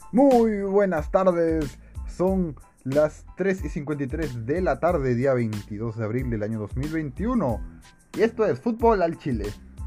Muy buenas tardes, son las 3:53 de la tarde, día 22 de abril del año 2021. Y esto es Fútbol al Chile.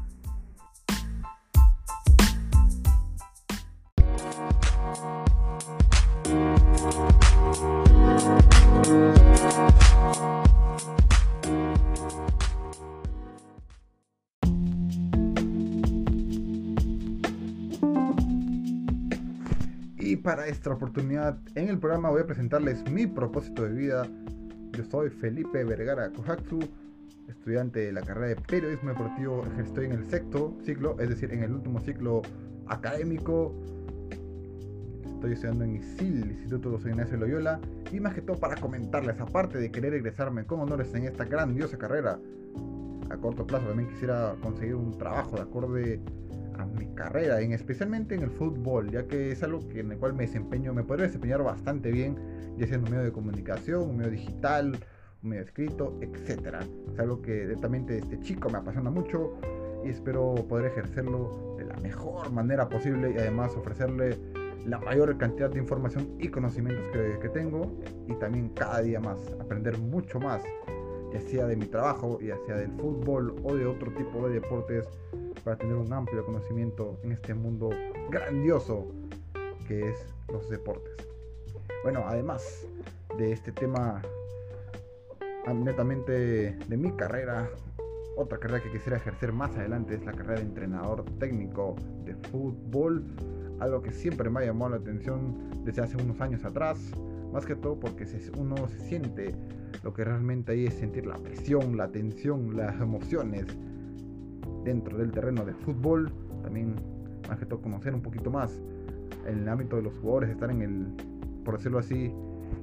Y para esta oportunidad en el programa voy a presentarles mi propósito de vida. Yo soy Felipe Vergara Kohatsu, estudiante de la carrera de Periodismo Deportivo. Estoy en el sexto ciclo, es decir, en el último ciclo académico. Estoy estudiando en ISIL, Instituto San Ignacio de Loyola. Y más que todo para comentarles, aparte de querer egresarme con honores en esta grandiosa carrera, a corto plazo también quisiera conseguir un trabajo de acorde a mi carrera, especialmente en el fútbol, ya que es algo en el cual me podría desempeñar bastante bien, ya sea en un medio de comunicación, un medio digital, un medio escrito, etc. Es algo que directamente desde chico me apasiona mucho y espero poder ejercerlo de la mejor manera posible y además ofrecerle la mayor cantidad de información y conocimientos que tengo, y también cada día más aprender mucho más, ya sea de mi trabajo, ya sea del fútbol o de otro tipo de deportes, para tener un amplio conocimiento en este mundo grandioso que es los deportes. Bueno, además de este tema netamente de mi carrera, otra carrera que quisiera ejercer más adelante es la carrera de entrenador técnico de fútbol, algo que siempre me ha llamado la atención desde hace unos años atrás, más que todo porque uno se siente lo que realmente ahí es sentir la presión, la tensión, las emociones dentro del terreno del fútbol. También más que todo conocer un poquito más en el ámbito de los jugadores, estar en el, por decirlo así,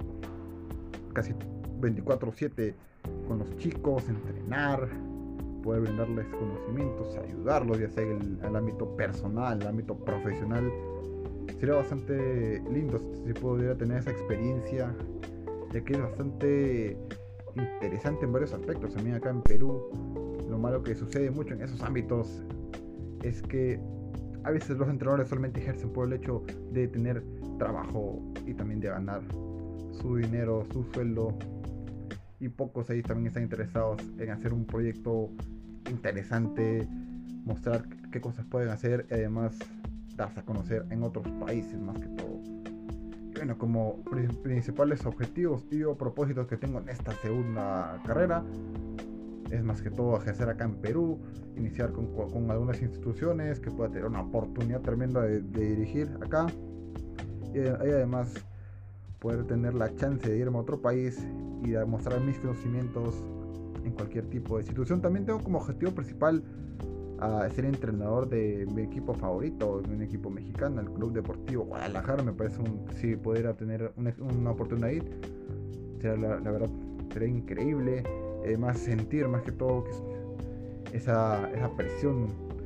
casi 24/7 con los chicos, entrenar, poder brindarles conocimientos, ayudarlos, ya sea en el ámbito personal, el ámbito profesional. Sería bastante lindo si pudiera tener esa experiencia, ya que es bastante interesante en varios aspectos. También acá en Perú, lo malo que sucede mucho en esos ámbitos es que a veces los entrenadores solamente ejercen por el hecho de tener trabajo y también de ganar su dinero, su sueldo, y pocos ahí también están interesados en hacer un proyecto interesante, mostrar qué cosas pueden hacer y además darse a conocer en otros países más que todo. Y bueno, como principales objetivos y o propósitos que tengo en esta segunda carrera es más que todo ejercer acá en Perú, iniciar con algunas instituciones que pueda tener una oportunidad tremenda de dirigir acá, y además poder tener la chance de irme a otro país y demostrar mis conocimientos en cualquier tipo de institución. También tengo como objetivo principal a ser entrenador de mi equipo favorito, un equipo mexicano, el Club Deportivo Guadalajara. Me parece si pudiera tener una oportunidad ahí, sería la verdad, sería increíble. Además sentir más que todo que esa presión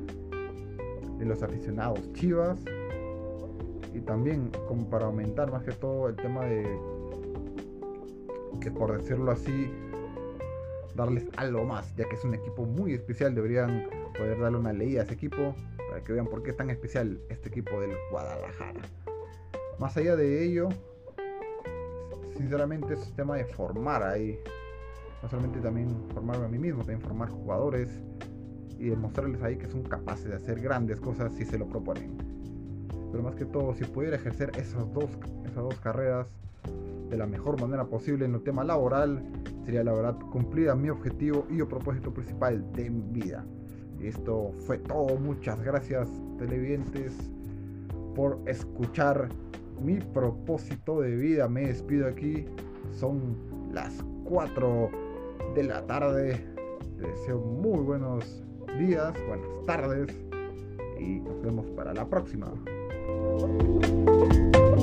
de los aficionados Chivas, y también como para aumentar más que todo el tema de que, por decirlo así, darles algo más, ya que es un equipo muy especial. Deberían poder darle una leída a ese equipo para que vean por qué es tan especial este equipo del Guadalajara. Más allá de ello, sinceramente es un tema de formar ahí, no solamente también formarme a mí mismo, también formar jugadores y demostrarles ahí que son capaces de hacer grandes cosas si se lo proponen. Pero más que todo, si pudiera ejercer esas dos carreras de la mejor manera posible en el tema laboral, sería la verdad cumplir a mi objetivo y el propósito principal de mi vida. Y esto fue todo. Muchas gracias, televidentes, por escuchar mi propósito de vida. Me despido aquí, son las 4 de la tarde. Les deseo muy buenos días, buenas tardes y nos vemos para la próxima.